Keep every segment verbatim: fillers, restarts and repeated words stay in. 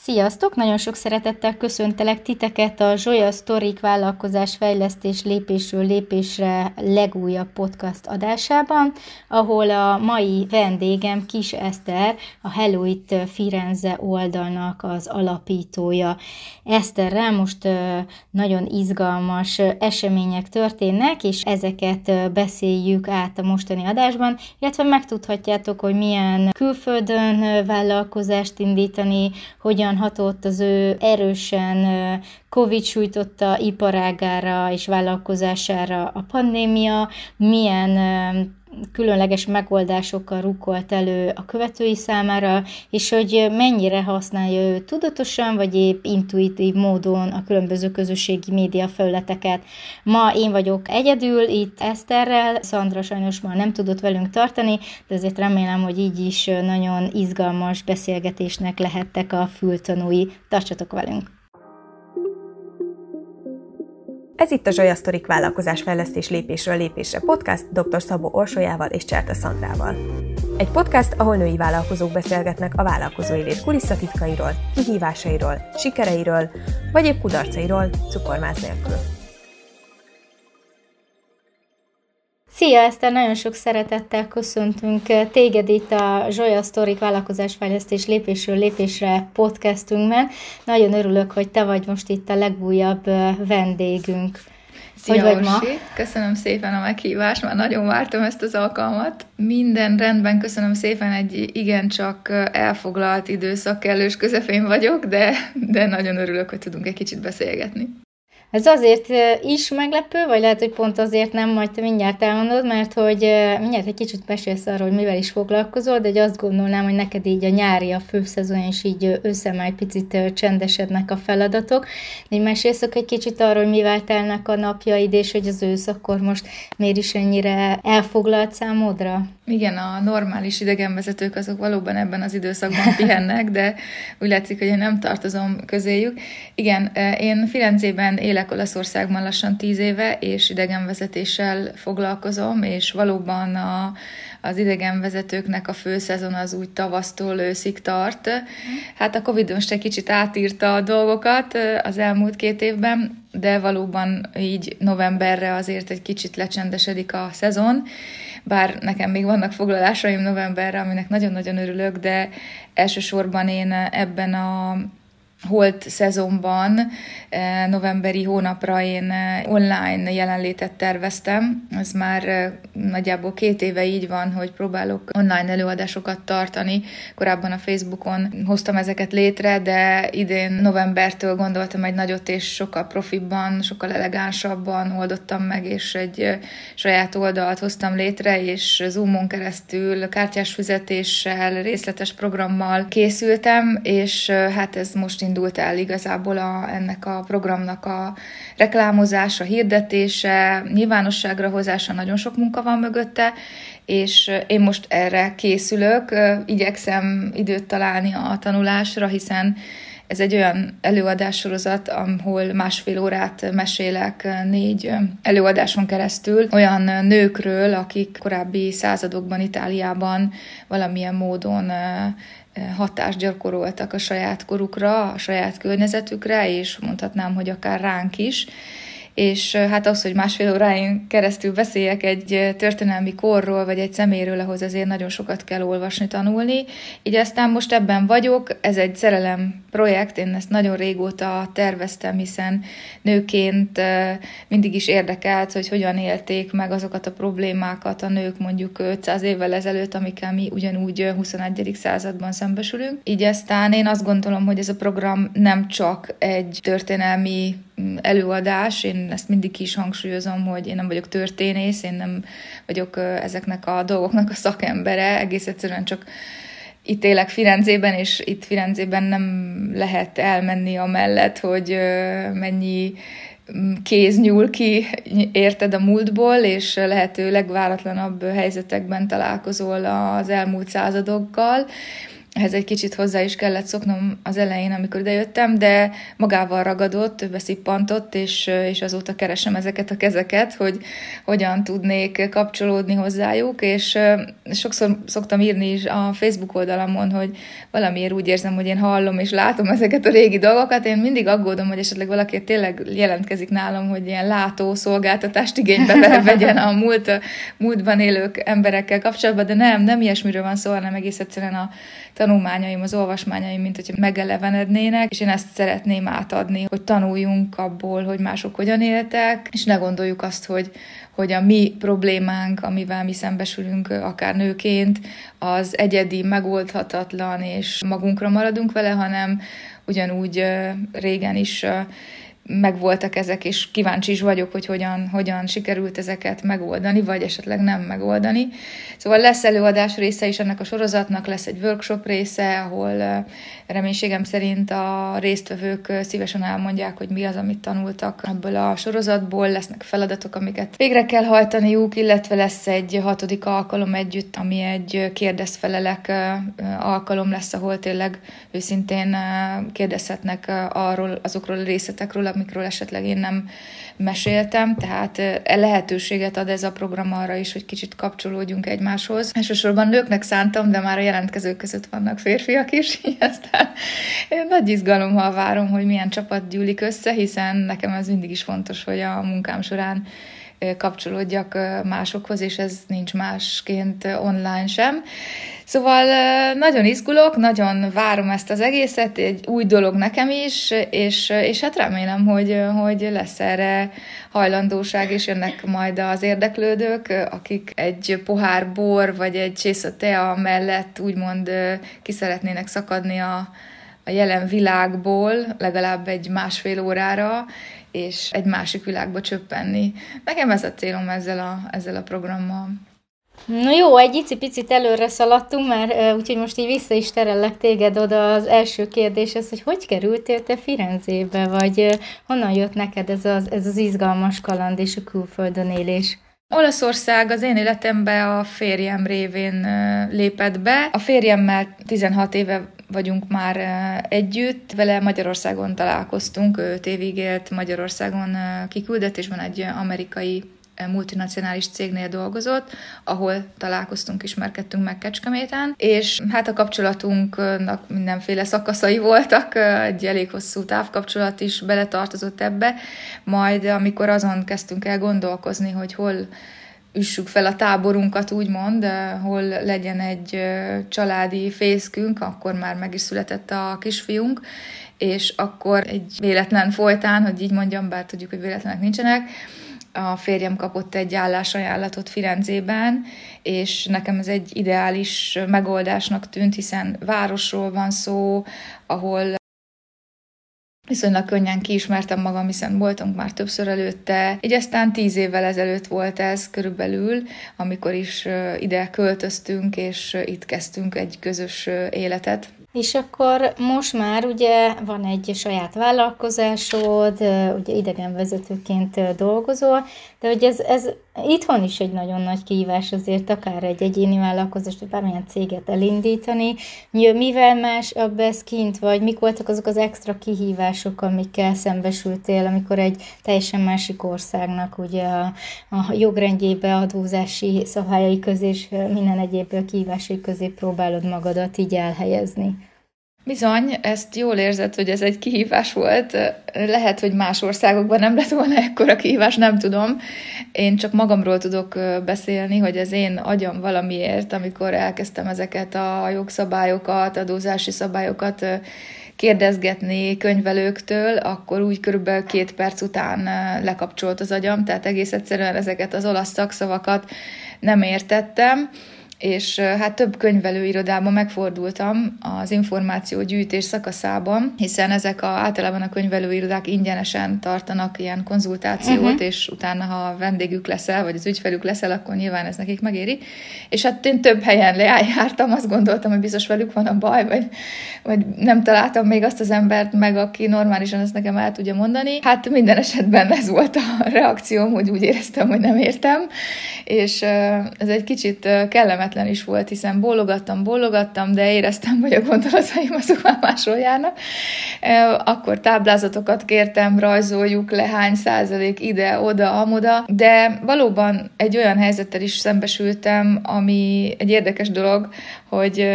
Sziasztok! Nagyon sok szeretettel köszöntelek titeket a Zsolya Sztorik vállalkozás fejlesztés lépésről lépésre legújabb podcast adásában, ahol a mai vendégem Kiss Eszter, a Hello It Firenze oldalnak az alapítója. Eszterrel most nagyon izgalmas események történnek, és ezeket beszéljük át a mostani adásban, illetve megtudhatjátok, hogy milyen külföldön vállalkozást indítani, hogyan hatott az ő erősen Covid sújtotta iparágára és vállalkozására a pandémia, milyen különleges megoldásokkal rukkolt elő a követői számára, és hogy mennyire használja ő tudatosan, vagy épp intuitív módon a különböző közösségi média felületeket. Ma én vagyok egyedül itt Eszterrel, Szandra sajnos ma nem tudott velünk tartani, de azért remélem, hogy így is nagyon izgalmas beszélgetésnek lehettek a fültanúi. Tartsatok velünk! Ez itt a Zsolya Sztorik vállalkozásfejlesztés lépésről lépésre podcast dr. Szabó Orsolyával és Cserta Szandrával. Egy podcast, ahol női vállalkozók beszélgetnek a vállalkozói lét kulisszatitkairól, kihívásairól, sikereiről, vagy épp kudarcairól cukormáz nélkül. Szia Eszter, nagyon sok szeretettel köszöntünk téged itt a Zsolya Sztorik vállalkozásfejlesztés lépésről lépésre podcastünkben. Nagyon örülök, hogy te vagy most itt a legújabb vendégünk. Szia, hogy vagy Orsi. ma? Köszönöm szépen a meghívást, már nagyon vártam ezt az alkalmat. Minden rendben, köszönöm szépen, egy igencsak elfoglalt időszak kellős közepén vagyok, de, de nagyon örülök, hogy tudunk egy kicsit beszélgetni. Ez azért is meglepő, vagy lehet, hogy pont azért nem, majd te mindjárt elmondod, mert hogy mindjárt egy kicsit mesélsz arról, hogy mivel is foglalkozol, de azt gondolnám, hogy neked így a nyári, a főszezon, és így össze egy picit csendesednek a feladatok. Így mesélsz egy kicsit arról, hogy mivel telnek a napjaid, és hogy az ősz akkor most miért is ennyire elfoglalt számodra? Igen, a normális idegenvezetők azok valóban ebben az időszakban pihennek, de úgy látszik, hogy én nem tartozom közéjük. Igen, én Firenzében élek Olaszországban lassan tíz éve, és idegenvezetéssel foglalkozom, és valóban a, az idegenvezetőknek a főszezon az úgy tavasztól őszig tart. Hát a Covid most egy kicsit átírta a dolgokat az elmúlt két évben, de valóban így novemberre azért egy kicsit lecsendesedik a szezon, bár nekem még vannak foglalásaim novemberre, aminek nagyon-nagyon örülök, de elsősorban én ebben a holt szezonban, novemberi hónapra én online jelenlétet terveztem. Ez már nagyjából két éve így van, hogy próbálok online előadásokat tartani. Korábban a Facebookon hoztam ezeket létre, de idén novembertől gondoltam egy nagyot, és sokkal profibban, sokkal elegánsabban oldottam meg, és egy saját oldalt hoztam létre, és Zoomon keresztül kártyás fizetéssel, részletes programmal készültem, és hát ez most indult el igazából a, ennek a programnak a reklámozása, hirdetése, nyilvánosságra hozása, nagyon sok munka van mögötte, és én most erre készülök, igyekszem időt találni a tanulásra, hiszen ez egy olyan előadássorozat, ahol másfél órát mesélek négy előadáson keresztül olyan nőkről, akik korábbi századokban Itáliában valamilyen módon hatást gyakoroltak a saját korukra, a saját környezetükre, és mondhatnám, hogy akár ránk is. És hát az, hogy másfél óráin keresztül beszéljek egy történelmi korról, vagy egy személyről, ahhoz azért nagyon sokat kell olvasni, tanulni. Így aztán most ebben vagyok, ez egy szerelem projekt, én ezt nagyon régóta terveztem, hiszen nőként mindig is érdekelt, hogy hogyan élték meg azokat a problémákat a nők mondjuk ötszáz évvel ezelőtt, amikkel mi ugyanúgy huszonegyedik században szembesülünk. Így aztán én azt gondolom, hogy ez a program nem csak egy történelmi előadás, én ezt mindig is hangsúlyozom, hogy én nem vagyok történész, én nem vagyok ezeknek a dolgoknak a szakembere, egész egyszerűen csak itt élek Firenzében, és itt Firenzében nem lehet elmenni amellett, hogy mennyi kéz nyúl ki, érted a múltból, és lehető legváratlanabb helyzetekben találkozol az elmúlt századokkal. ehhez egy kicsit hozzá is kellett szoknom az elején, amikor idejöttem, de magával ragadott, beszippantott, és, és azóta keresem ezeket a kezeket, hogy hogyan tudnék kapcsolódni hozzájuk, és sokszor szoktam írni is a Facebook oldalamon, hogy valamiért úgy érzem, hogy én hallom és látom ezeket a régi dolgokat. Én mindig aggódom, hogy esetleg valaki tényleg jelentkezik nálam, hogy ilyen látó szolgáltatást igénybe vegyen a múlt, múltban élők emberekkel kapcsolatban, de nem, nem ilyesmiről van szó, hanem egész egyszerűen a tanulmányaim, az olvasmányaim, mint hogyha megelevenednének, és én ezt szeretném átadni, hogy tanuljunk abból, hogy mások hogyan éltek, és ne gondoljuk azt, hogy, hogy a mi problémánk, amivel mi szembesülünk akár nőként, az egyedi, megoldhatatlan, és magunkra maradunk vele, hanem ugyanúgy régen is megvoltak ezek, és kíváncsi is vagyok, hogy hogyan, hogyan sikerült ezeket megoldani, vagy esetleg nem megoldani. Szóval lesz előadás része is ennek a sorozatnak, lesz egy workshop része, ahol reménységem szerint a résztvevők szívesen elmondják, hogy mi az, amit tanultak ebből a sorozatból, lesznek feladatok, amiket végre kell hajtaniuk, illetve lesz egy hatodik alkalom együtt, ami egy kérdezfelelek alkalom lesz, ahol tényleg őszintén kérdezhetnek arról, azokról a részletekről, amikről esetleg én nem meséltem, tehát lehetőséget ad ez a program arra is, hogy kicsit kapcsolódjunk egymáshoz. Elsősorban nőknek szántam, de már a jelentkezők között vannak férfiak is, így aztán nagy izgalommal várom, hogy milyen csapat gyűlik össze, hiszen nekem ez mindig is fontos, hogy a munkám során kapcsolódjak másokhoz, és ez nincs másként online sem. Szóval nagyon izgulok, nagyon várom ezt az egészet, egy új dolog nekem is, és, és hát remélem, hogy, hogy lesz erre hajlandóság, és jönnek majd az érdeklődők, akik egy pohár bor, vagy egy csésze tea mellett úgymond ki szeretnének szakadni a, a jelen világból, legalább egy másfél órára, és egy másik világba csöppenni. Nekem ez a célom ezzel a, ezzel a programmal. Na jó, egy icipicit előre szaladtunk már, úgyhogy most így vissza is terellek téged oda az első kérdéshez, hogy hogy kerültél te Firenzébe, vagy honnan jött neked ez az, ez az izgalmas kaland és a külföldön élés? Olaszország az én életembe a férjem révén lépett be. A férjemmel tizenhat éve vagyunk már együtt, vele Magyarországon találkoztunk, öt évig élt Magyarországon kiküldetésben, egy amerikai multinacionális cégnél dolgozott, ahol találkoztunk, ismerkedtünk meg Kecskeméten, és hát a kapcsolatunknak mindenféle szakaszai voltak, egy elég hosszú távkapcsolat is beletartozott ebbe, majd amikor azon kezdtünk el gondolkozni, hogy hol üssük fel a táborunkat, úgymond, hol legyen egy családi fészkünk, akkor már meg is született a kisfiunk, és akkor egy véletlen folytán, hogy így mondjam, bár tudjuk, hogy véletlenek nincsenek, a férjem kapott egy állásajánlatot Firenzében, és nekem ez egy ideális megoldásnak tűnt, hiszen városról van szó, ahol viszonylag könnyen kiismertem magam, hiszen voltunk már többször előtte. Így aztán tíz évvel ezelőtt volt ez körülbelül, amikor is ide költöztünk, és itt kezdtünk egy közös életet. És akkor most már ugye van egy saját vállalkozásod, ugye idegenvezetőként dolgozol, de hogy ez, ez itthon is egy nagyon nagy kihívás azért, akár egy egyéni vállalkozást, vagy bármilyen céget elindítani. Mivel másabb ez kint, vagy mik voltak azok az extra kihívások, amikkel szembesültél, amikor egy teljesen másik országnak ugye a, a jogrendjébe, adózási szabályai közé és minden egyéb kihívásai közé próbálod magadat így elhelyezni? Bizony, ezt jól érzed, hogy ez egy kihívás volt. Lehet, hogy más országokban nem lett volna ekkora kihívás, nem tudom. Én csak magamról tudok beszélni, hogy az én agyam valamiért, amikor elkezdtem ezeket a jogszabályokat, adózási szabályokat kérdezgetni könyvelőktől, akkor úgy körülbelül két perc után lekapcsolt az agyam, tehát egész egyszerűen ezeket az olasz szakszavakat nem értettem, és hát több könyvelőirodában megfordultam az információgyűjtés szakaszában, hiszen ezek a, általában a könyvelőirodák ingyenesen tartanak ilyen konzultációt, uh-huh. és utána, ha vendégük leszel, vagy az ügyfelük leszel, akkor nyilván ez nekik megéri. És hát én több helyen lejártam, azt gondoltam, hogy biztos velük van a baj, vagy, vagy nem találtam még azt az embert meg, aki normálisan ezt nekem el tudja mondani. Hát minden esetben ez volt a reakcióm, hogy úgy éreztem, hogy nem értem, és ez egy kicsit kellemetlen kellemetlen is volt, hiszen bólogattam, bólogattam, de éreztem, hogy a gondolataim azok már máshol járnak. Akkor táblázatokat kértem, rajzoljuk le, hány százalék ide, oda, amoda, de valóban egy olyan helyzettel is szembesültem, ami egy érdekes dolog, hogy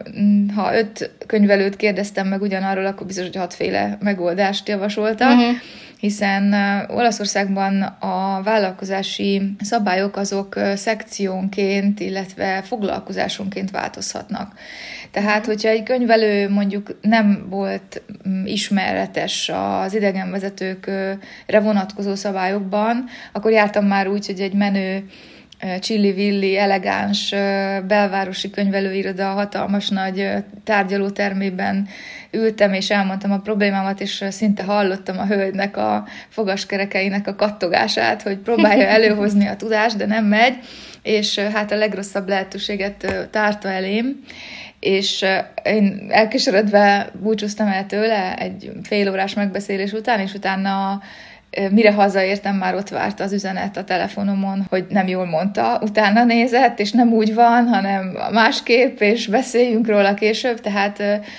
ha öt könyvelőt kérdeztem meg ugyanarról, akkor biztos, hogy hatféle megoldást javasoltak, uh-huh. hiszen Olaszországban a vállalkozási szabályok azok szekciónként, illetve foglalkozásonként változhatnak. Tehát, hogyha egy könyvelő mondjuk nem volt ismeretes az idegenvezetőkre vonatkozó szabályokban, akkor jártam már úgy, hogy egy menő csillivilli, elegáns belvárosi könyvelőiroda hatalmas nagy tárgyalótermében ültem, és elmondtam a problémámat, és szinte hallottam a hölgynek a fogaskerekeinek a kattogását, hogy próbálja előhozni a tudást, de nem megy, és hát a legrosszabb lehetőséget tárta elém, és én elkeseredve búcsúztam el tőle egy fél órás megbeszélés után, és utána mire hazaértem, már ott várt az üzenet a telefonomon, hogy nem jól mondta, utána nézett, és nem úgy van, hanem másképp, és beszéljünk róla később, tehát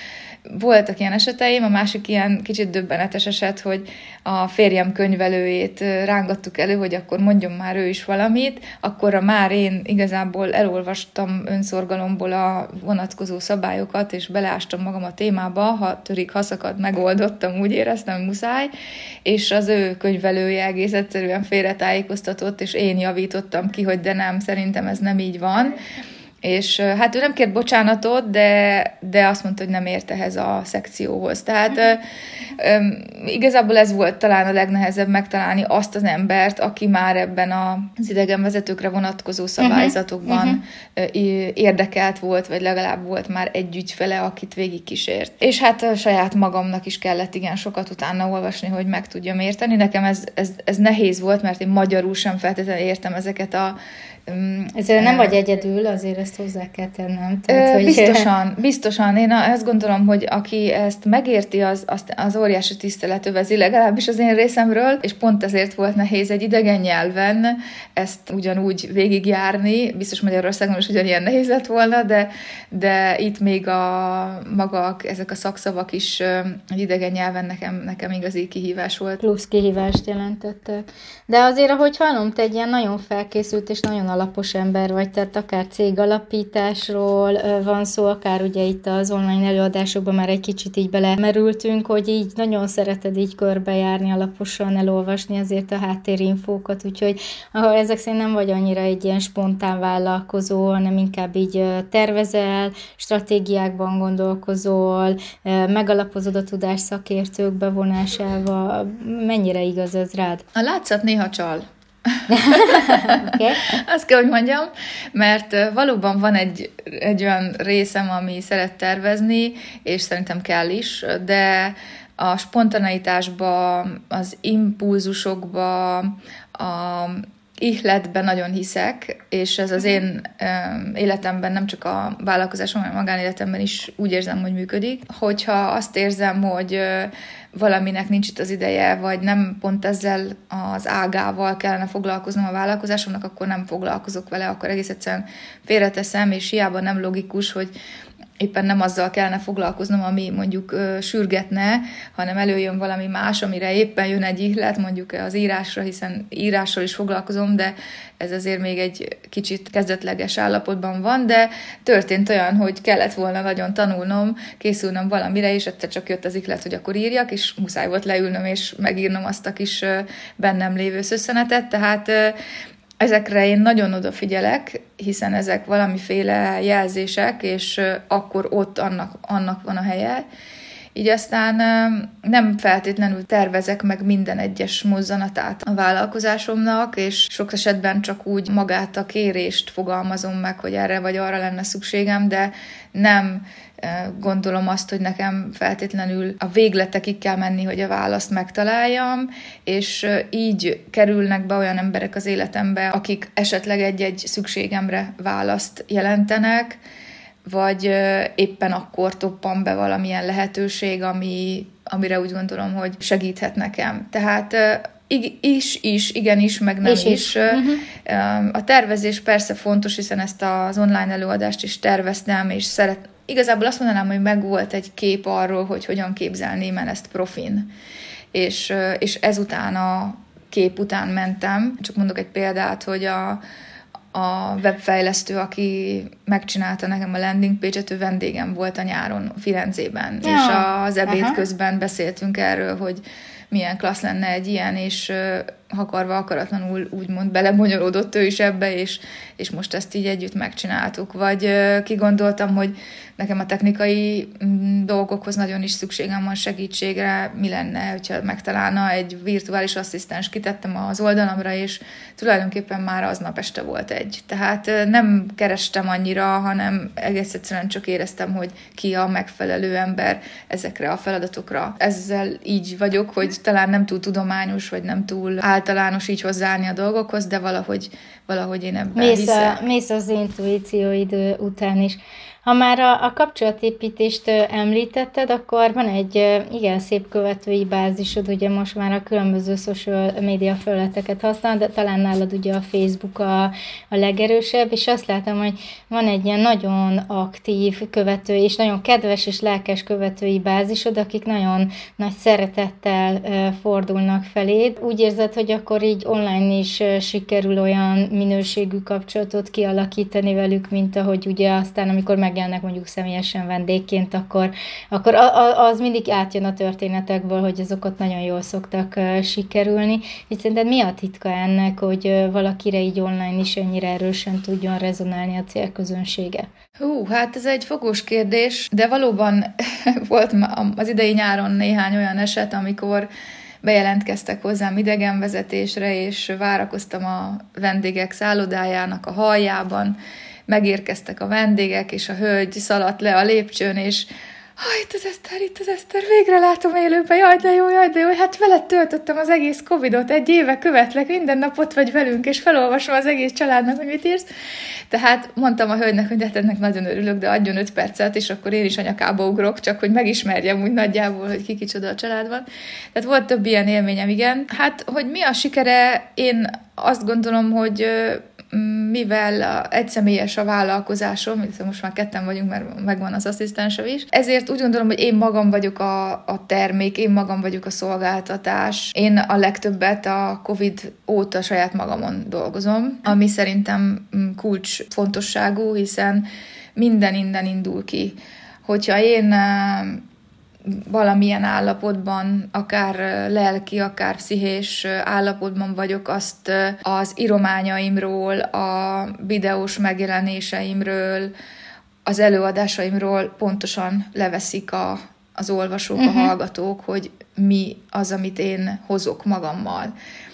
voltak ilyen eseteim. A másik ilyen kicsit döbbenetes eset, hogy a férjem könyvelőjét rángattuk elő, hogy akkor mondjon már ő is valamit, akkorra már én igazából elolvastam önszorgalomból a vonatkozó szabályokat, és beleástam magam a témába, ha törik, ha szakad, megoldottam, úgy éreztem, muszáj, és az ő könyvelője egész egyszerűen félretájékoztatott, és én javítottam ki, hogy de nem, szerintem ez nem így van. És hát ő nem kért bocsánatot, de, de azt mondta, hogy nem ért ehhez a szekcióhoz. Tehát mm. um, igazából ez volt talán a legnehezebb megtalálni azt az embert, aki már ebben az idegenvezetőkre vonatkozó szabályzatokban uh-huh. érdekelt volt, vagy legalább volt már egy ügyfele, akit végigkísért. És hát saját magamnak is kellett igen sokat utána olvasni, hogy meg tudjam érteni. Nekem ez, ez, ez nehéz volt, mert én magyarul sem feltétlenül értem ezeket a Ezzel nem vagy egyedül, azért ezt hozzá kell tennem. Tehát, hogy... Biztosan, biztosan. Én azt gondolom, hogy aki ezt megérti, az, az, az óriási tisztelet övezi, legalábbis az én részemről, és pont ezért volt nehéz egy idegen nyelven ezt ugyanúgy végigjárni. Biztos Magyarországon is ugyanilyen nehéz lett volna, de, de itt még a maga, ezek a szakszavak is egy idegen nyelven nekem, nekem igazi kihívás volt. Plusz kihívást jelentettek. De azért, ahogy hallom, te egy ilyen nagyon felkészült és nagyon alapos ember vagy, tehát akár cégalapításról van szó, akár ugye itt az online előadásokban már egy kicsit így belemerültünk, hogy így nagyon szereted így körbejárni, alaposan elolvasni azért a háttérinfókat, úgyhogy ahol ezek szerint nem vagy annyira egy ilyen spontán vállalkozó, hanem inkább így tervezel, stratégiákban gondolkozol, megalapozod a tudás szakértők bevonásával. Mennyire igaz ez rád? A látszat néha csal. Okay. Azt kell, hogy mondjam, mert valóban van egy, egy olyan részem, ami szeret tervezni, és szerintem kell is, de a spontaneitásba, az impulzusokba, a ihletben nagyon hiszek, és ez az én életemben, nem csak a vállalkozásom, hanem a magánéletemben is úgy érzem, hogy működik. Hogyha azt érzem, hogy valaminek nincs itt az ideje, vagy nem pont ezzel az ágával kellene foglalkoznom a vállalkozásomnak, akkor nem foglalkozok vele, akkor egész egyszerűen félreteszem, és hiába nem logikus, hogy éppen nem azzal kellene foglalkoznom, ami mondjuk ö, sürgetne, hanem előjön valami más, amire éppen jön egy ihlet, mondjuk az írásra, hiszen írással is foglalkozom, de ez azért még egy kicsit kezdetleges állapotban van, de történt olyan, hogy kellett volna nagyon tanulnom, készülnöm valamire, és egyszer csak jött az ihlet, hogy akkor írjak, és muszáj volt leülnöm, és megírnom azt a kis ö, bennem lévő szösszenetet, tehát ö, ezekre én nagyon odafigyelek, hiszen ezek valamiféle jelzések, és akkor ott annak, annak van a helye. Így aztán nem feltétlenül tervezek meg minden egyes mozzanatát a vállalkozásomnak, és sok esetben csak úgy magát a kérést fogalmazom meg, hogy erre vagy arra lenne szükségem, de nem gondolom azt, hogy nekem feltétlenül a végletekig kell menni, hogy a választ megtaláljam, és így kerülnek be olyan emberek az életembe, akik esetleg egy-egy szükségemre választ jelentenek, vagy éppen akkor toppan be valamilyen lehetőség, ami, amire úgy gondolom, hogy segíthet nekem. Tehát Is, is, igenis, meg nem is. is. is. Uh-huh. A tervezés persze fontos, hiszen ezt az online előadást is terveztem, és szeret... Igazából azt mondanám, hogy megvolt egy kép arról, hogy hogyan képzelném el ezt profin. És, és ezután a kép után mentem. Csak mondok egy példát, hogy a, a webfejlesztő, aki megcsinálta nekem a landing page-et, ő vendégem volt a nyáron Firenzében. Ja. És az ebéd Aha. közben beszéltünk erről, hogy milyen klassz lenne egy ilyen, és akarva akaratlanul úgymond belebonyolódott ő is ebbe, és, és most ezt így együtt megcsináltuk. Vagy kigondoltam, hogy nekem a technikai dolgokhoz nagyon is szükségem van segítségre, mi lenne, hogyha megtalálna egy virtuális asszisztens, kitettem az oldalamra, és tulajdonképpen már aznap este volt egy. Tehát nem kerestem annyira, hanem egész egyszerűen csak éreztem, hogy ki a megfelelő ember ezekre a feladatokra. Ezzel így vagyok, hogy talán nem túl tudományos, vagy nem túl általános így hozzáállni a dolgokhoz, de valahogy, valahogy én ebben mész hiszek. A, mész az intuícióid után is. Ha már a, a kapcsolatépítést említetted, akkor van egy igen szép követői bázisod, ugye most már a különböző social media felületeket használod, de talán nálad ugye a Facebook a, a legerősebb, és azt látom, hogy van egy ilyen nagyon aktív követő, és nagyon kedves és lelkes követői bázisod, akik nagyon nagy szeretettel fordulnak feléd. Úgy érzed, hogy akkor így online is sikerül olyan minőségű kapcsolatot kialakítani velük, mint ahogy ugye aztán, amikor meg megjelennek mondjuk személyesen vendégként, akkor, akkor az mindig átjön a történetekből, hogy azok ott nagyon jól szoktak sikerülni. Így szerinted mi a titka ennek, hogy valakire így online is ennyire erősen tudjon rezonálni a célközönsége? Hú, hát ez egy fogós kérdés, de valóban volt az idei nyáron néhány olyan eset, amikor bejelentkeztek hozzám idegenvezetésre, és várakoztam a vendégek szállodájának a haljában, megérkeztek a vendégek, és a hölgy szaladt le a lépcsőn, és ha, itt az Eszter, itt az Eszter, végre látom élőben, jaj, de jó, jaj, de jó, hát veled töltöttem az egész Covidot, egy éve követlek, minden nap ott vagy velünk, és felolvasom az egész családnak, hogy mit írsz. Tehát mondtam a hölgynek, hogy de hát ennek nagyon örülök, de adjon öt percet, és akkor én is a nyakába ugrok, csak hogy megismerjem úgy nagyjából, hogy ki kicsoda a családban. Tehát volt több ilyen élményem, igen. Hát, hogy mi a sikere, én azt gondolom, hogy mivel egyszemélyes a vállalkozásom, most már ketten vagyunk, mert megvan az asszisztensem is, ezért úgy gondolom, hogy én magam vagyok a, a termék, én magam vagyok a szolgáltatás. Én a legtöbbet a Covid óta saját magamon dolgozom, ami szerintem kulcs fontosságú, hiszen minden innen indul ki. Hogyha én valamilyen állapotban, akár lelki, akár pszichés állapotban vagyok, azt az írományaimról, a videós megjelenéseimről, az előadásaimról pontosan leveszik a, az olvasók, uh-huh. a hallgatók, hogy mi az, amit én hozok magammal.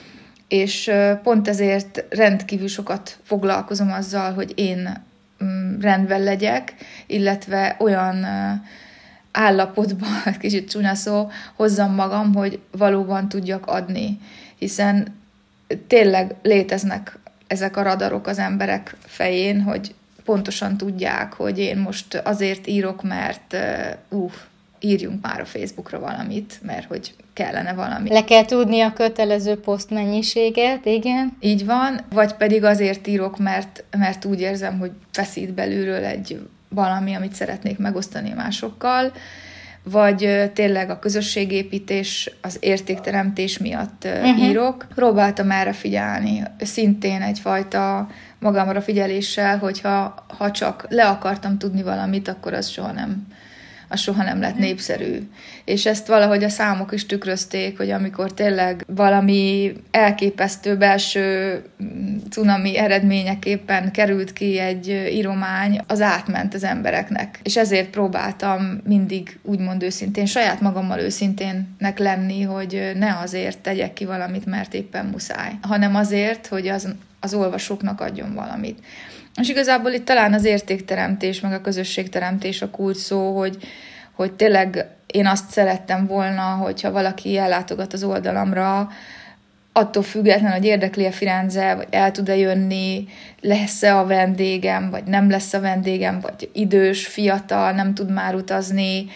És pont ezért rendkívül sokat foglalkozom azzal, hogy én rendben legyek, illetve olyan állapotban, kicsit csúnya szó, hozzam magam, hogy valóban tudjak adni. Hiszen tényleg léteznek ezek a radarok az emberek fején, hogy pontosan tudják, hogy én most azért írok, mert uh, írjunk már a Facebookra valamit, mert hogy kellene valami. Le kell tudni a kötelező poszt mennyiséget, igen. Így van, vagy pedig azért írok, mert, mert úgy érzem, hogy feszít belülről egy valami, amit szeretnék megosztani másokkal, vagy tényleg a közösségépítés, az értékteremtés miatt uh-huh. írok. Próbáltam erre figyelni, szintén egyfajta magamra figyeléssel, hogyha ha csak le akartam tudni valamit, akkor az soha nem, az soha nem lett népszerű. És ezt valahogy a számok is tükrözték, hogy amikor tényleg valami elképesztő belső cunami eredményeképpen került ki egy íromány, az átment az embereknek. És ezért próbáltam mindig úgymond őszintén, saját magammal őszinténnek lenni, hogy ne azért tegyek ki valamit, mert éppen muszáj, hanem azért, hogy az, az olvasóknak adjon valamit. És igazából itt talán az értékteremtés, meg a közösségteremtés a kulcs szó, hogy, hogy tényleg én azt szerettem volna, hogyha valaki ellátogat az oldalamra, attól függetlenül, hogy érdekli a Firenze, vagy el tud-e jönni, lesz-e a vendégem, vagy nem lesz a vendégem, vagy idős, fiatal, nem tud már utazni,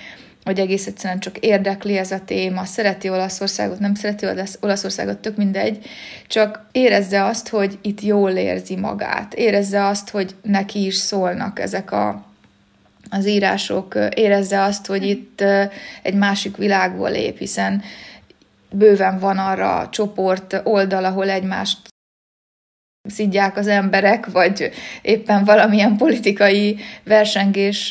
vagy egész egyszerűen csak érdekli ez a téma, szereti Olaszországot, nem szereti Olaszországot, tök mindegy, csak érezze azt, hogy itt jól érzi magát, érezze azt, hogy neki is szólnak ezek a, az írások, érezze azt, hogy itt egy másik világból lép, hiszen bőven van arra a csoport oldal, ahol egymást szidják az emberek, vagy éppen valamilyen politikai versengés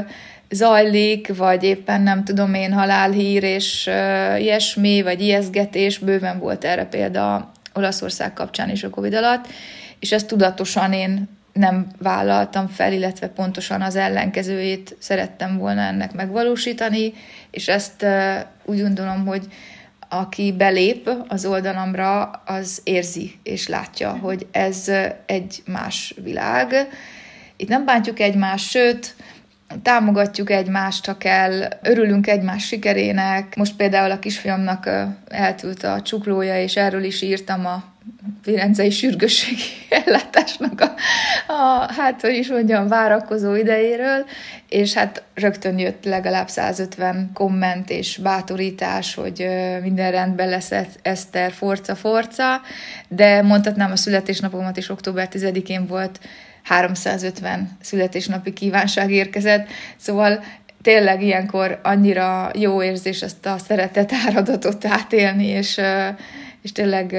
zajlik, vagy éppen nem tudom én halálhír és ilyesmi, vagy ijesztgetés, bőven volt erre példa Olaszország kapcsán is a Covid alatt, és ezt tudatosan én nem vállaltam fel, illetve pontosan az ellenkezőjét szerettem volna ennek megvalósítani, és ezt úgy gondolom, hogy aki belép az oldalamra, az érzi és látja, hogy ez egy más világ. Itt nem bántjuk egymást, sőt, támogatjuk egymást, ha kell, örülünk egymás sikerének. Most például a kisfiamnak eltűnt a csuklója, és erről is írtam a firenzei sürgősségi ellátásnak a, a, hát, hogy is mondjam, várakozó idejéről, és hát rögtön jött legalább százötven komment és bátorítás, hogy minden rendben lesz, Eszter, forca, forca, de mondhatnám a születésnapomat is, október tizedikén volt, háromszázötven születésnapi kívánság érkezett, szóval tényleg ilyenkor annyira jó érzés ezt a szeretet áradatot átélni, és, és tényleg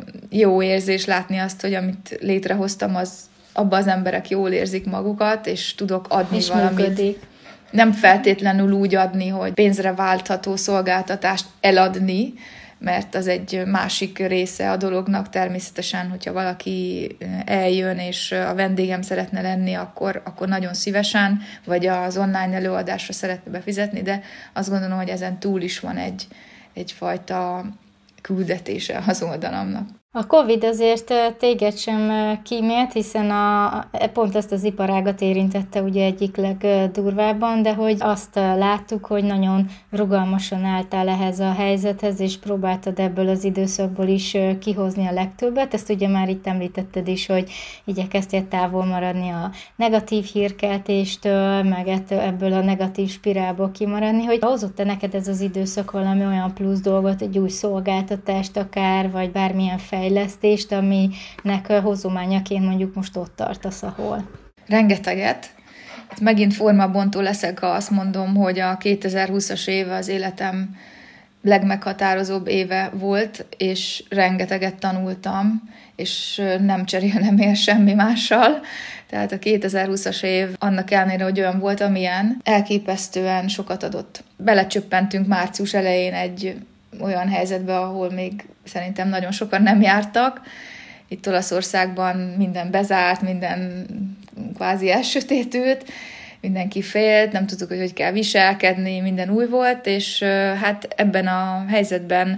jó érzés látni azt, hogy amit létrehoztam, az abban az emberek jól érzik magukat, és tudok adni és valamit. Működik. Nem feltétlenül úgy adni, hogy pénzre váltható szolgáltatást eladni, mert az egy másik része a dolognak. Természetesen, hogyha valaki eljön, és a vendégem szeretne lenni, akkor, akkor nagyon szívesen, vagy az online előadásra szeretne befizetni, de azt gondolom, hogy ezen túl is van egy, egyfajta küldetése az oldalamnak. A Covid azért téged sem kímélt, hiszen a, pont ezt az iparágat érintette ugye egyik legdurvábban, de hogy azt láttuk, hogy nagyon rugalmasan álltál ehhez a helyzethez, és próbáltad ebből az időszakból is kihozni a legtöbbet. Ezt ugye már itt említetted is, hogy igyekeztél távol maradni a negatív hírkeltéstől, meg ebből a negatív spirálból kimaradni, hogy hozott-e neked ez az időszak valami olyan plusz dolgot, egy új szolgáltatást akár, vagy bármilyen fejlesztést, fejlesztést, aminek hozományaként mondjuk most ott tartasz, ahol? Rengeteget. Hát megint formabontó leszek, ha azt mondom, hogy a kétezer-húszas éve az életem legmeghatározóbb éve volt, és rengeteget tanultam, és nem cserélnem ér semmi mással. Tehát a kétezer-húszas év annak ellenére, hogy olyan volt, amilyen, elképesztően sokat adott. Belecsöppentünk március elején egy olyan helyzetbe, ahol még szerintem nagyon sokan nem jártak. Itt Olaszországban minden bezárt, minden kvázi elsötétült, mindenki félt, nem tudtuk, hogy hogy kell viselkedni, minden új volt, és hát ebben a helyzetben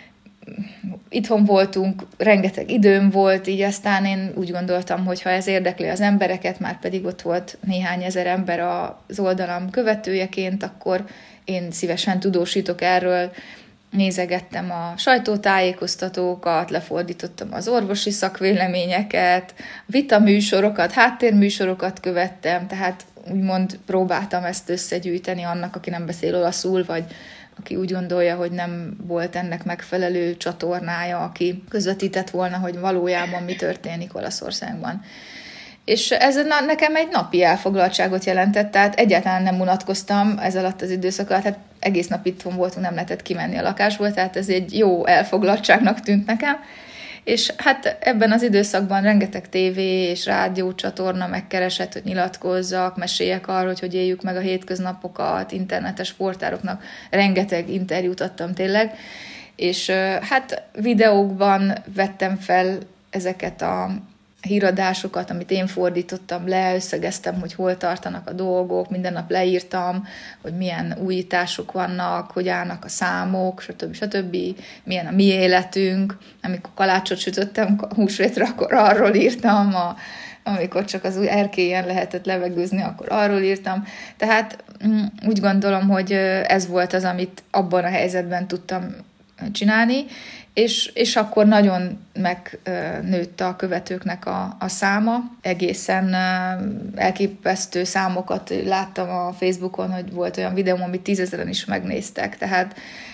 itthon voltunk, rengeteg időm volt, így aztán én úgy gondoltam, hogy ha ez érdekli az embereket, már pedig ott volt néhány ezer ember az oldalam követőjeként, akkor én szívesen tudósítok erről. Nézegettem a sajtótájékoztatókat, lefordítottam az orvosi szakvéleményeket, vitaműsorokat, háttérműsorokat követtem, tehát úgymond próbáltam ezt összegyűjteni annak, aki nem beszél olaszul, vagy aki úgy gondolja, hogy nem volt ennek megfelelő csatornája, aki közvetített volna, hogy valójában mi történik Olaszországban. És ez nekem egy napi elfoglaltságot jelentett, tehát egyáltalán nem unatkoztam ez alatt az időszak alatt, hát egész nap itthon voltunk, nem lehetett kimenni a lakásból, tehát ez egy jó elfoglaltságnak tűnt nekem. És hát ebben az időszakban rengeteg tévé és rádió csatorna megkeresett, hogy nyilatkozzak, meséljek arról, hogy hogy éljük meg a hétköznapokat, internetes portáloknak rengeteg interjút adtam tényleg, és hát videókban vettem fel ezeket a híradásokat, amit én fordítottam le, összegeztem, hogy hol tartanak a dolgok, minden nap leírtam, hogy milyen újítások vannak, hogy állnak a számok, stb. stb. Milyen a mi életünk. Amikor kalácsot sütöttem húsvétre, akkor arról írtam, a, amikor csak az új erkélyen lehetett levegőzni, akkor arról írtam. Tehát úgy gondolom, hogy ez volt az, amit abban a helyzetben tudtam csinálni, és, és akkor nagyon megnőtt a követőknek a, a száma. Egészen elképesztő számokat láttam a Facebookon, hogy volt olyan videóm, amit tízezeren is megnéztek. Tehát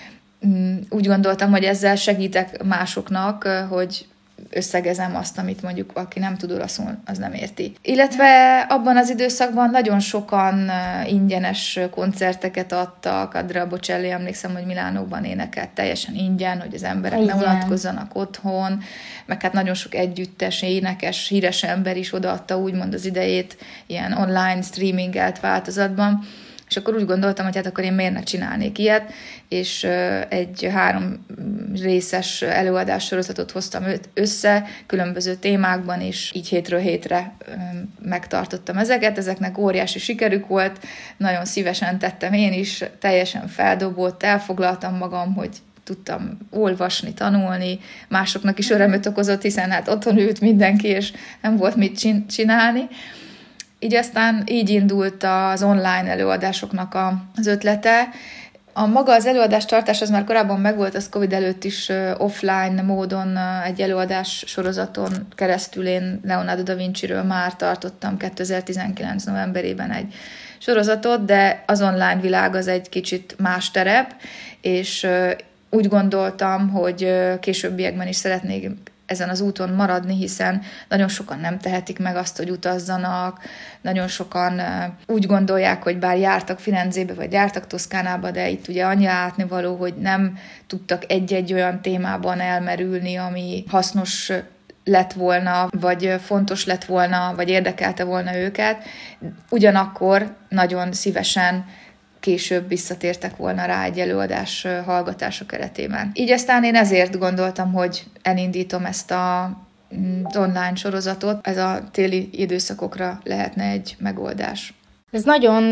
úgy gondoltam, hogy ezzel segítek másoknak, hogy összegezem azt, amit mondjuk aki nem tud olaszul, az nem érti. Illetve abban az időszakban nagyon sokan ingyenes koncerteket adtak. Andrea Bocelli, emlékszem, hogy Milánóban énekelt teljesen ingyen, hogy az emberek igen. ne vonatkozzanak otthon, meg hát nagyon sok együttes, énekes, híres ember is odaadta úgymond az idejét ilyen online streamingelt változatban. És akkor úgy gondoltam, hogy hát akkor én miért ne csinálnék ilyet, és egy három részes előadás sorozatot hoztam össze, különböző témákban, és így hétről hétre megtartottam ezeket. Ezeknek óriási sikerük volt, nagyon szívesen tettem én is, teljesen feldobott, elfoglaltam magam, hogy tudtam olvasni, tanulni, másoknak is örömöt okozott, hiszen hát otthon ült mindenki, és nem volt mit csinálni. Így aztán így indult az online előadásoknak a, az ötlete. A maga az előadás tartás az már korábban megvolt, az Covid előtt is offline módon egy előadás sorozaton keresztül én Leonardo da Vinciről már tartottam kétezer-tizenkilenc novemberében egy sorozatot, de az online világ az egy kicsit más terep, és úgy gondoltam, hogy későbbiekben is szeretnék ezen az úton maradni, hiszen nagyon sokan nem tehetik meg azt, hogy utazzanak, nagyon sokan úgy gondolják, hogy bár jártak Firenzébe, vagy jártak Toszkánába, de itt ugye annyi látnivaló, hogy nem tudtak egy-egy olyan témában elmerülni, ami hasznos lett volna, vagy fontos lett volna, vagy érdekelte volna őket. Ugyanakkor nagyon szívesen később visszatértek volna rá egy előadás hallgatása keretében. Így aztán én ezért gondoltam, hogy elindítom ezt a az online sorozatot. Ez a téli időszakokra lehetne egy megoldás. Ez nagyon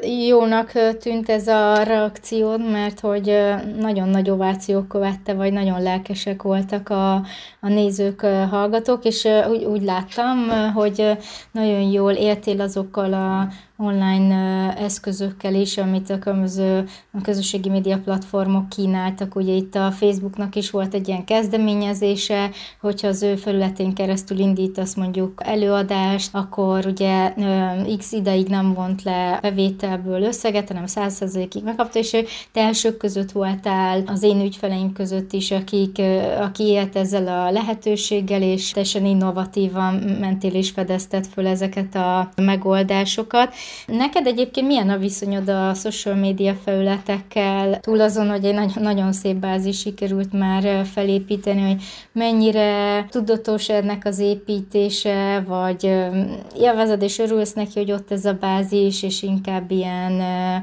jónak tűnt ez a reakciód, mert hogy nagyon nagy ovációk követte, vagy nagyon lelkesek voltak a, a nézők, hallgatók, és úgy, úgy láttam, hogy nagyon jól éltél azokkal a online eszközökkel is, amit a különböző közösségi média platformok kínáltak. Ugye itt a Facebooknak is volt egy ilyen kezdeményezése, hogyha az ő felületén keresztül indítasz mondjuk előadást, akkor ugye x ideig nem vont le bevételből összeget, hanem száz százalékig megkapta, és te elsők között voltál az én ügyfeleim között is, akik, aki élt ezzel a lehetőséggel, és teljesen innovatívan mentél és fedezted föl ezeket a megoldásokat. Neked egyébként milyen a viszonyod a social media felületekkel? Túl azon, hogy egy nagyon, nagyon szép bázis sikerült már felépíteni, hogy mennyire tudatos ennek az építése, vagy élvezed és örülsz neki, hogy ott ez a bázis, és inkább ilyen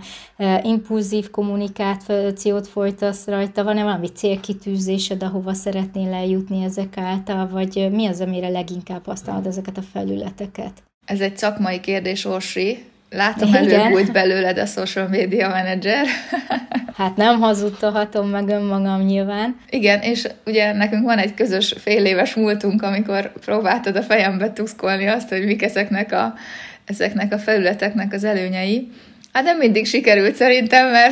uh, impulzív kommunikációt folytasz rajta? Van-e valami célkitűzésed, ahova szeretnél eljutni ezek által, vagy mi az, amire leginkább használod ezeket a felületeket? Ez egy szakmai kérdés, Orsi. Látom, előbújt belőled a social media manager. Hát nem hazudtolhatom meg önmagam nyilván. Igen, és ugye nekünk van egy közös fél éves múltunk, amikor próbáltad a fejembe tuszkolni azt, hogy mik ezeknek a, ezeknek a felületeknek az előnyei. Hát nem mindig sikerült szerintem, mert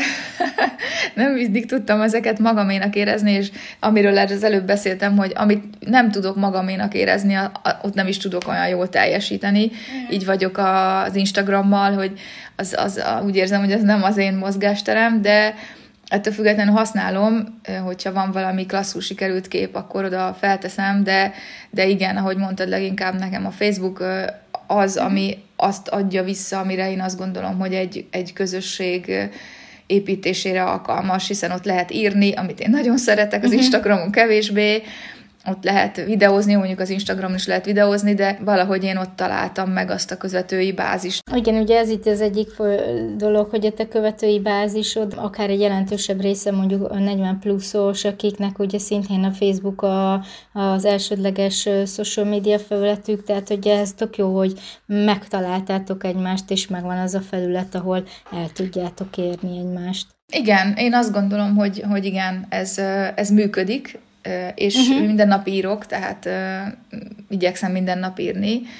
nem mindig tudtam ezeket magaménak érezni, és amiről az előbb beszéltem, hogy amit nem tudok magaménak érezni, ott nem is tudok olyan jól teljesíteni. Így vagyok az Instagrammal, hogy az, az, úgy érzem, hogy ez nem az én mozgásterem, de ettől függetlenül használom, hogyha van valami klasszul sikerült kép, akkor oda felteszem, de, de igen, ahogy mondtad, leginkább nekem a Facebook az, ami azt adja vissza, amire én azt gondolom, hogy egy, egy közösség építésére alkalmas, hiszen ott lehet írni, amit én nagyon szeretek, az Instagramon kevésbé, ott lehet videózni, mondjuk az Instagramon is lehet videózni, de valahogy én ott találtam meg azt a követői bázist. Igen, ugye ez itt az egyik dolog, hogy a te követői bázisod, akár egy jelentősebb része mondjuk a negyven pluszos, akiknek ugye szintén a Facebook a, az elsődleges social media felületük, tehát ugye ez tök jó, hogy megtaláltátok egymást, és megvan az a felület, ahol el tudjátok érni egymást. Igen, én azt gondolom, hogy, hogy igen, ez, ez működik, és uh-huh. minden nap írok, tehát uh, igyekszem minden nap írni,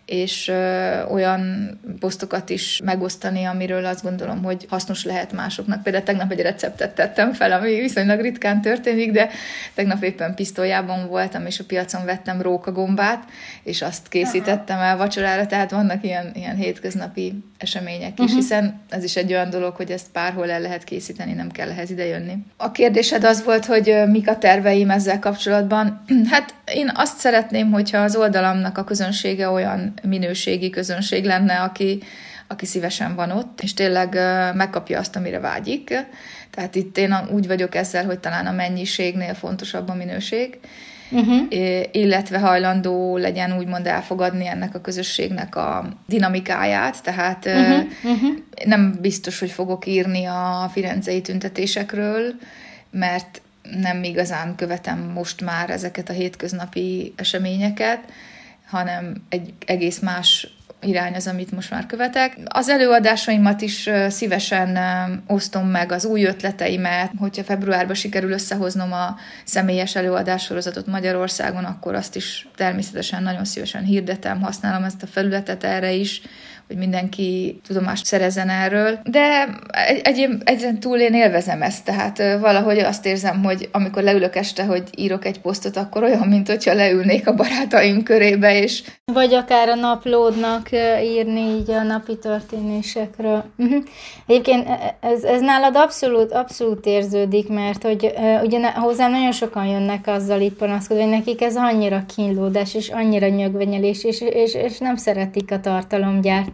és ö, olyan posztokat is megosztani, amiről azt gondolom, hogy hasznos lehet másoknak. Például tegnap egy receptet tettem fel, ami viszonylag ritkán történik, de tegnap éppen pisztolyában voltam, és a piacon vettem rókagombát, és azt készítettem el vacsorára, tehát vannak ilyen, ilyen hétköznapi események is, uh-huh. hiszen ez is egy olyan dolog, hogy ezt párhol el lehet készíteni, nem kell ehhez idejönni. A kérdésed az volt, hogy mik a terveim ezzel kapcsolatban. Hát én azt szeretném, hogyha az oldalamnak a közönsége olyan minőségi közönség lenne, aki, aki szívesen van ott, és tényleg megkapja azt, amire vágyik. Tehát itt én úgy vagyok ezzel, hogy talán a mennyiségnél fontosabb a minőség, uh-huh. illetve hajlandó legyen úgymond elfogadni ennek a közösségnek a dinamikáját, tehát uh-huh. Uh-huh. nem biztos, hogy fogok írni a firenzei tüntetésekről, mert nem igazán követem most már ezeket a hétköznapi eseményeket, hanem egy egész más irány az, amit most már követek. Az előadásaimat is szívesen osztom meg, az új ötleteimet. Hogyha februárban sikerül összehoznom a személyes előadássorozatot Magyarországon, akkor azt is természetesen nagyon szívesen hirdetem, használom ezt a felületet erre is, hogy mindenki tudomást szerezzen erről. De egy, egy, egyen túl én élvezem ezt, tehát valahogy azt érzem, hogy amikor leülök este, hogy írok egy posztot, akkor olyan, mint hogyha leülnék a barátaim körébe, és... Vagy akár a naplódnak írni így a napi történésekről. Uh-huh. Egyébként ez, ez nálad abszolút, abszolút érződik, mert hogy uh, ugye hozzám nagyon sokan jönnek azzal itt panaszkodni, hogy nekik ez annyira kínlódás, és annyira nyögvenyelés, és, és, és nem szeretik a tartalomgyártást.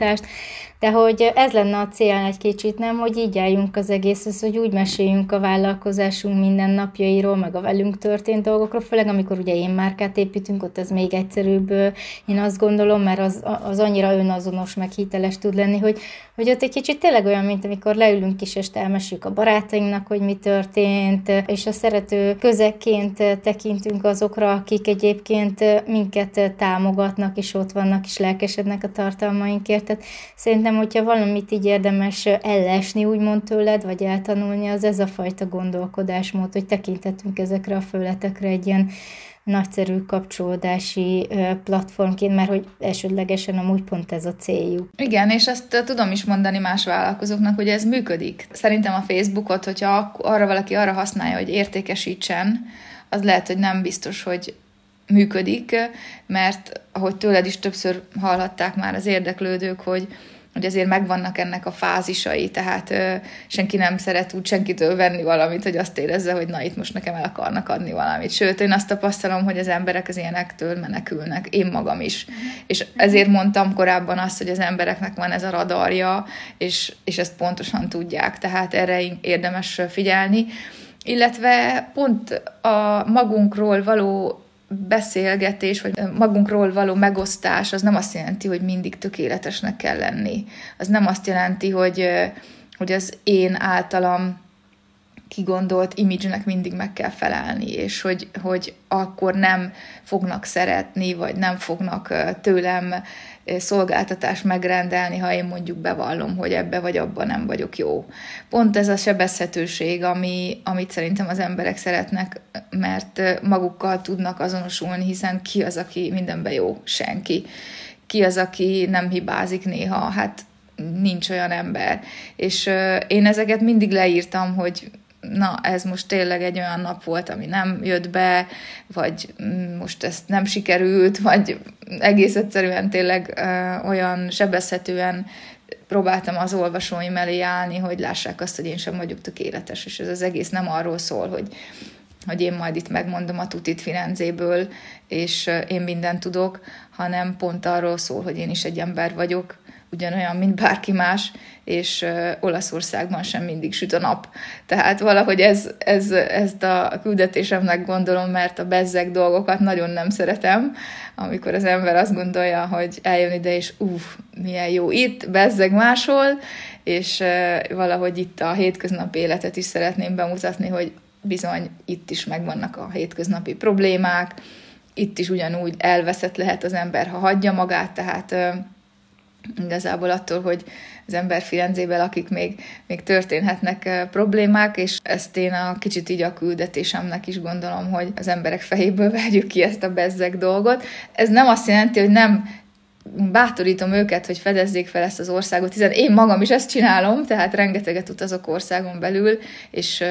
De hogy ez lenne a cél egy kicsit, nem, hogy így álljunk az egészhez, hogy úgy meséljünk a vállalkozásunk mindennapjairól, meg a velünk történt dolgokról, főleg amikor ugye én márkát építünk, ott ez még egyszerűbb, én azt gondolom, mert az, az annyira önazonos, meg hiteles tud lenni, hogy, hogy ott egy kicsit tényleg olyan, mint amikor leülünk is, és elmeséljük a barátainknak, hogy mi történt, és a szerető közekként tekintünk azokra, akik egyébként minket támogatnak, és ott vannak, és lelkesednek a tartalmainkért. Tehát szerintem, hogyha valamit így érdemes ellesni, úgymond tőled, vagy eltanulni, az ez a fajta gondolkodásmód, hogy tekintetünk ezekre a felületekre egy ilyen nagyszerű kapcsolódási platformként, mert hogy elsődlegesen amúgy pont ez a céljuk. Igen, és azt tudom is mondani más vállalkozóknak, hogy ez működik. Szerintem a Facebookot, hogyha arra valaki arra használja, hogy értékesítsen, az lehet, hogy nem biztos, hogy működik, mert ahogy tőled is többször hallhatták már az érdeklődők, hogy hogy azért megvannak ennek a fázisai, tehát ö, senki nem szeret úgy senkitől venni valamit, hogy azt érezze, hogy na itt most nekem el akarnak adni valamit. Sőt, én azt tapasztalom, hogy az emberek az ilyenektől menekülnek, én magam is. Mm. És ezért mondtam korábban azt, hogy az embereknek van ez a radarja, és, és ezt pontosan tudják, tehát erre érdemes figyelni. Illetve pont a magunkról való beszélgetés, vagy magunkról való megosztás, az nem azt jelenti, hogy mindig tökéletesnek kell lenni. Az nem azt jelenti, hogy, hogy az én általam kigondolt imidzsnek mindig meg kell felelni, és hogy, hogy akkor nem fognak szeretni, vagy nem fognak tőlem szolgáltatást megrendelni, ha én mondjuk bevallom, hogy ebbe vagy abban nem vagyok jó. Pont ez a sebezhetőség, ami, amit szerintem az emberek szeretnek, mert magukkal tudnak azonosulni, hiszen ki az, aki mindenben jó? Senki. Ki az, aki nem hibázik néha? Hát nincs olyan ember. És uh, én ezeket mindig leírtam, hogy na, ez most tényleg egy olyan nap volt, ami nem jött be, vagy most ezt nem sikerült, vagy egész egyszerűen tényleg ö, olyan sebezhetően próbáltam az olvasóim elé állni, hogy lássák azt, hogy én sem vagyok tökéletes, és ez az egész nem arról szól, hogy, hogy én majd itt megmondom a tutit Firenzéből, és én mindent tudok, hanem pont arról szól, hogy én is egy ember vagyok, ugyanolyan, mint bárki más, és uh, Olaszországban sem mindig süt a nap. Tehát valahogy ez, ez, ezt a küldetésemnek gondolom, mert a bezzeg dolgokat nagyon nem szeretem, amikor az ember azt gondolja, hogy eljön ide, és uff, milyen jó itt, bezzeg máshol, és uh, valahogy itt a hétköznapi életet is szeretném bemutatni, hogy bizony itt is megvannak a hétköznapi problémák, itt is ugyanúgy elveszett lehet az ember, ha hagyja magát, tehát uh, igazából attól, hogy az ember Firenzében lakik, még, még történhetnek uh, problémák, és ezt én a kicsit így a küldetésemnek is gondolom, hogy az emberek fejéből vegyük ki ezt a bezzeg dolgot. Ez nem azt jelenti, hogy nem bátorítom őket, hogy fedezzék fel ezt az országot, hiszen én magam is ezt csinálom, tehát rengeteget utazok országon belül, és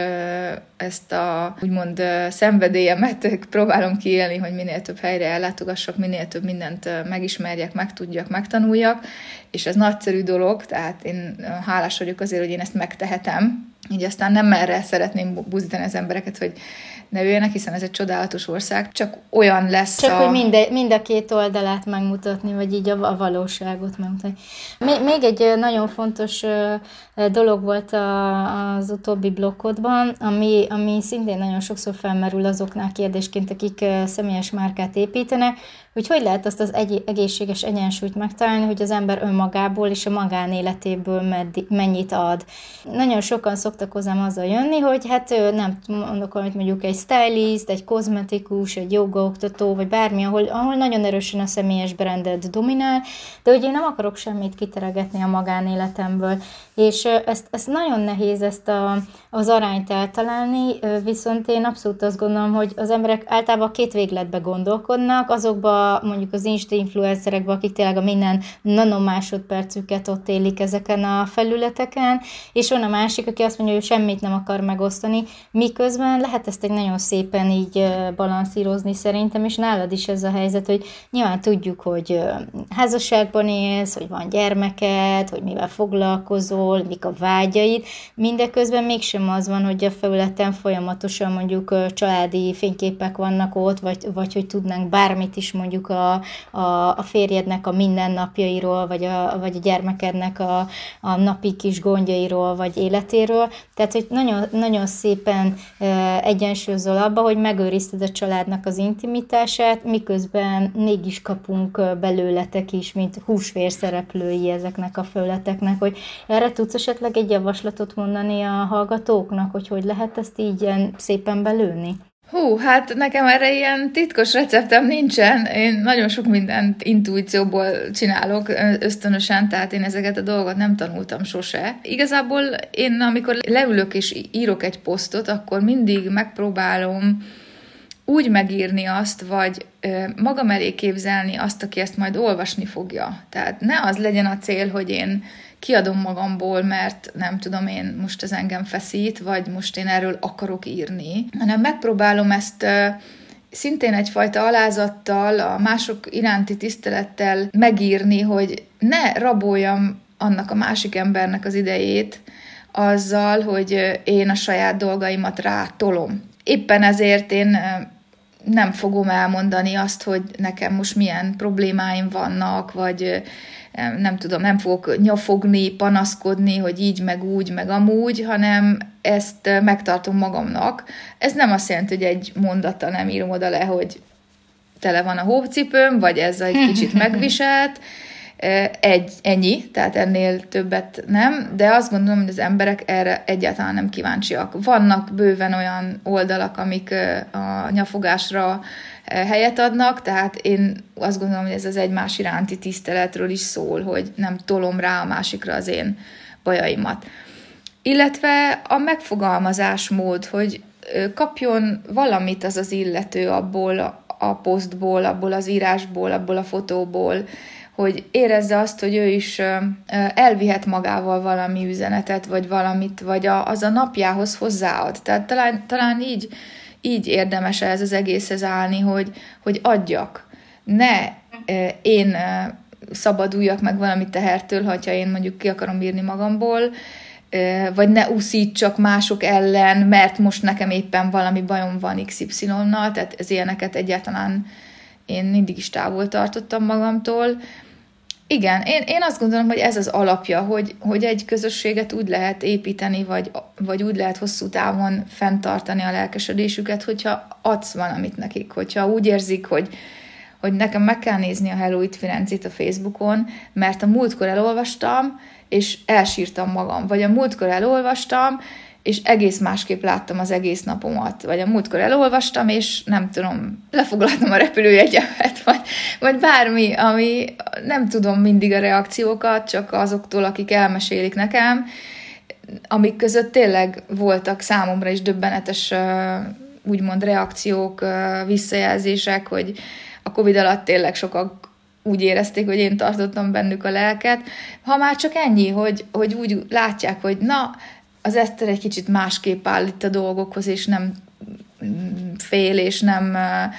ezt a úgymond szenvedélyemet próbálom kiélni, hogy minél több helyre ellátogassak, minél több mindent megismerjek, megtudjak, megtanuljak, és ez nagyszerű dolog, tehát én hálás vagyok azért, hogy én ezt megtehetem. Így aztán nem merre szeretném buzdítani az embereket, hogy ne jöjjenek, hiszen ez egy csodálatos ország, csak olyan lesz Csak, a... hogy mind, mind a két oldalát megmutatni, vagy így a, a valóságot megmutatni. Még egy nagyon fontos dolog volt a, az utóbbi blokkodban, ami, ami szintén nagyon sokszor felmerül azoknál kérdésként, akik személyes márkát építenek, hogy hogy lehet azt az egy, egészséges egyensúlyt megtalálni, hogy az ember önmagából és a magánéletéből meddi, mennyit ad. Nagyon sokan szoktak hozzám azzal jönni, hogy hát nem mondok, hogy mondjuk egy stylist, egy kozmetikus, egy jogaoktató, vagy bármi, ahol, ahol nagyon erősen a személyes brandet dominál, de hogy én nem akarok semmit kiteregetni a magánéletemből. És ezt, ezt nagyon nehéz ezt a, az arányt eltalálni, viszont én abszolút azt gondolom, hogy az emberek általában két végletbe gondolkodnak, azokba mondjuk az Insta influencerekben, akik tényleg a minden nanomásodpercüket ott élik ezeken a felületeken, és van a másik, aki azt mondja, hogy semmit nem akar megosztani, miközben lehet ezt egy nagyon szépen így balanszírozni szerintem, és nálad is ez a helyzet, hogy nyilván tudjuk, hogy házasságban élsz, hogy van gyermeked, hogy mivel foglalkozol, mik a vágyaid, mindeközben mégsem az van, hogy a felületen folyamatosan mondjuk családi fényképek vannak ott, vagy, vagy hogy tudnánk bármit is mondjuk a, a, a férjednek a mindennapjairól, vagy a, vagy a gyermekednek a, a napi kis gondjairól, vagy életéről. Tehát, hogy nagyon, nagyon szépen egyensúlyozol abba, hogy megőrizted a családnak az intimitását, miközben mégis kapunk belőletek is, mint húsvér szereplői ezeknek a felületeknek, hogy erre tudsz esetleg egy javaslatot mondani a hallgatóknak, hogy hogy lehet ezt így ilyen szépen belőni? Hú, hát nekem erre ilyen titkos receptem nincsen. Én nagyon sok mindent intuícióból csinálok ösztönösen, tehát én ezeket a dolgokat nem tanultam sose. Igazából én, amikor leülök és írok egy posztot, akkor mindig megpróbálom úgy megírni azt, vagy magam elé képzelni azt, aki ezt majd olvasni fogja. Tehát ne az legyen a cél, hogy én kiadom magamból, mert nem tudom én, most ez engem feszít, vagy most én erről akarok írni, hanem megpróbálom ezt szintén egyfajta alázattal, a mások iránti tisztelettel megírni, hogy ne raboljam annak a másik embernek az idejét azzal, hogy én a saját dolgaimat rátolom. Éppen ezért én nem fogom elmondani azt, hogy nekem most milyen problémáim vannak, vagy nem tudom, nem fogok nyafogni, panaszkodni, hogy így, meg úgy, meg amúgy, hanem ezt megtartom magamnak. Ez nem azt jelenti, hogy egy mondattal nem írom oda le, hogy tele van a hócipőm, vagy ez egy kicsit megviselt, egy, ennyi, tehát ennél többet nem, de azt gondolom, hogy az emberek erre egyáltalán nem kíváncsiak. Vannak bőven olyan oldalak, amik a nyafogásra helyet adnak, tehát én azt gondolom, hogy ez az egymás iránti tiszteletről is szól, hogy nem tolom rá a másikra az én bajaimat. Illetve a megfogalmazásmód, hogy kapjon valamit az az illető abból a posztból, abból az írásból, abból a fotóból, hogy érezze azt, hogy ő is elvihet magával valami üzenetet, vagy valamit, vagy az a napjához hozzáad. Tehát talán, talán így, így érdemes ez az egészhez állni, hogy, hogy adjak. Ne én szabaduljak meg valami tehertől, hogyha én mondjuk ki akarom írni magamból, vagy ne úszítsak mások ellen, mert most nekem éppen valami bajom van iksz ipszilonnal, tehát ez ilyeneket egyáltalán én mindig is távol tartottam magamtól. Igen, én, én azt gondolom, hogy ez az alapja, hogy, hogy egy közösséget úgy lehet építeni, vagy, vagy úgy lehet hosszú távon fenntartani a lelkesedésüket, hogyha adsz valamit nekik, hogyha úgy érzik, hogy, hogy nekem meg kell nézni a Hello Itt Firenzét a Facebookon, mert a múltkor elolvastam, és elsírtam magam, vagy a múltkor elolvastam, és egész másképp láttam az egész napomat. Vagy a múltkor elolvastam, és nem tudom, lefoglaltam a repülőjegyemet, vagy, vagy bármi, ami nem tudom mindig a reakciókat, csak azoktól, akik elmesélik nekem, amik között tényleg voltak számomra is döbbenetes úgymond reakciók, visszajelzések, hogy a Covid alatt tényleg sokak úgy érezték, hogy én tartottam bennük a lelket. Ha már csak ennyi, hogy, hogy úgy látják, hogy na, az Eszter egy kicsit másképp áll itt a dolgokhoz, és nem fél, és nem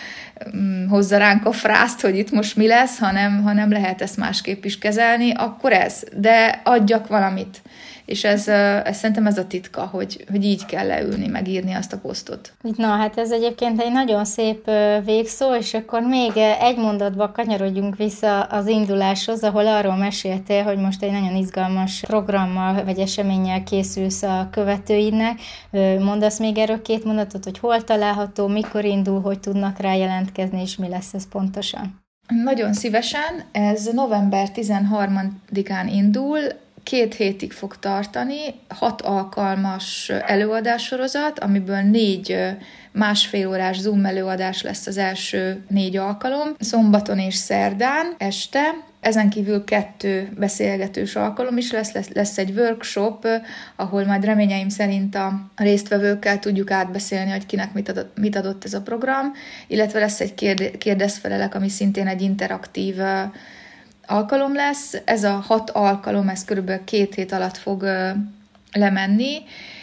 hozza ránk a frászt, hogy itt most mi lesz, hanem, hanem lehet ezt másképp is kezelni, akkor ez. De adjak valamit. És ez, ez szerintem ez a titka, hogy, hogy így kell leülni, megírni azt a posztot. Na, hát ez egyébként egy nagyon szép végszó, és akkor még egy mondatba kanyarodjunk vissza az induláshoz, ahol arról meséltél, hogy most egy nagyon izgalmas programmal vagy eseménnyel készülsz a követőidnek. Mondasz még erről két mondatot, hogy hol található, mikor indul, hogy tudnak rá jelentkezni, és mi lesz ez pontosan? Nagyon szívesen. Ez november tizenharmadikán indul, két hétig fog tartani, hat alkalmas előadássorozat, amiből négy másfél órás Zoom előadás lesz az első négy alkalom, szombaton és szerdán este. Ezen kívül kettő beszélgetős alkalom is lesz, lesz, lesz egy workshop, ahol majd reményeim szerint a résztvevőkkel tudjuk átbeszélni, hogy kinek mit adott, mit adott ez a program, illetve lesz egy kérde, kérdezfelelek, ami szintén egy interaktív alkalom lesz. Ez a hat alkalom, ez körülbelül két hét alatt fog lemenni,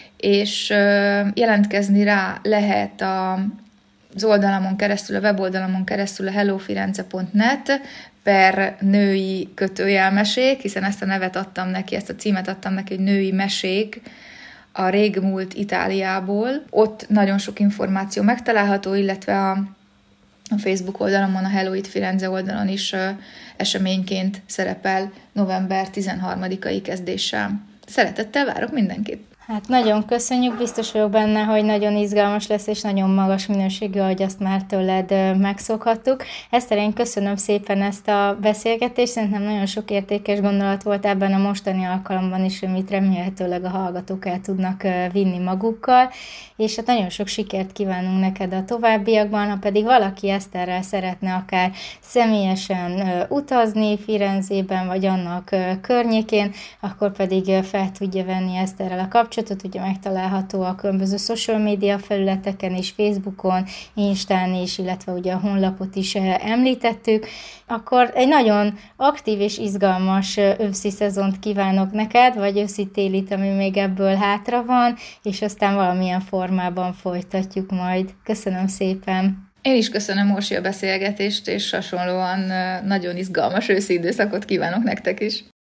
és jelentkezni rá lehet a, az oldalamon keresztül, a weboldalamon keresztül a hellofirenze pont net per női kötőjelmesék, hiszen ezt a nevet adtam neki, ezt a címet adtam neki, hogy női mesék a régmúlt Itáliából. Ott nagyon sok információ megtalálható, illetve a A Facebook oldalamon, a Hello It Firenze oldalon is uh, eseményként szerepel november tizenharmadikai kezdéssel. Szeretettel várok mindenkit! Hát nagyon köszönjük, biztos vagyok benne, hogy nagyon izgalmas lesz, és nagyon magas minőségű, ahogy azt már tőled megszokhattuk. Eszter, én köszönöm szépen ezt a beszélgetést, szerintem nagyon sok értékes gondolat volt ebben a mostani alkalomban is, amit remélhetőleg a hallgatók el tudnak vinni magukkal, és hát nagyon sok sikert kívánunk neked a továbbiakban, ha pedig valaki Eszterrel szeretne akár személyesen utazni Firenzében, vagy annak környékén, akkor pedig fel tudja venni Eszterrel a kapcsolatot. Ugye megtalálható a különböző social media felületeken és Facebookon, Instán is, illetve ugye a honlapot is említettük. Akkor egy nagyon aktív és izgalmas őszi szezont kívánok neked, vagy őszi-télit, ami még ebből hátra van, és aztán valamilyen formában folytatjuk majd. Köszönöm szépen! Én is köszönöm, Orsi, a beszélgetést, és hasonlóan nagyon izgalmas őszi időszakot kívánok nektek is.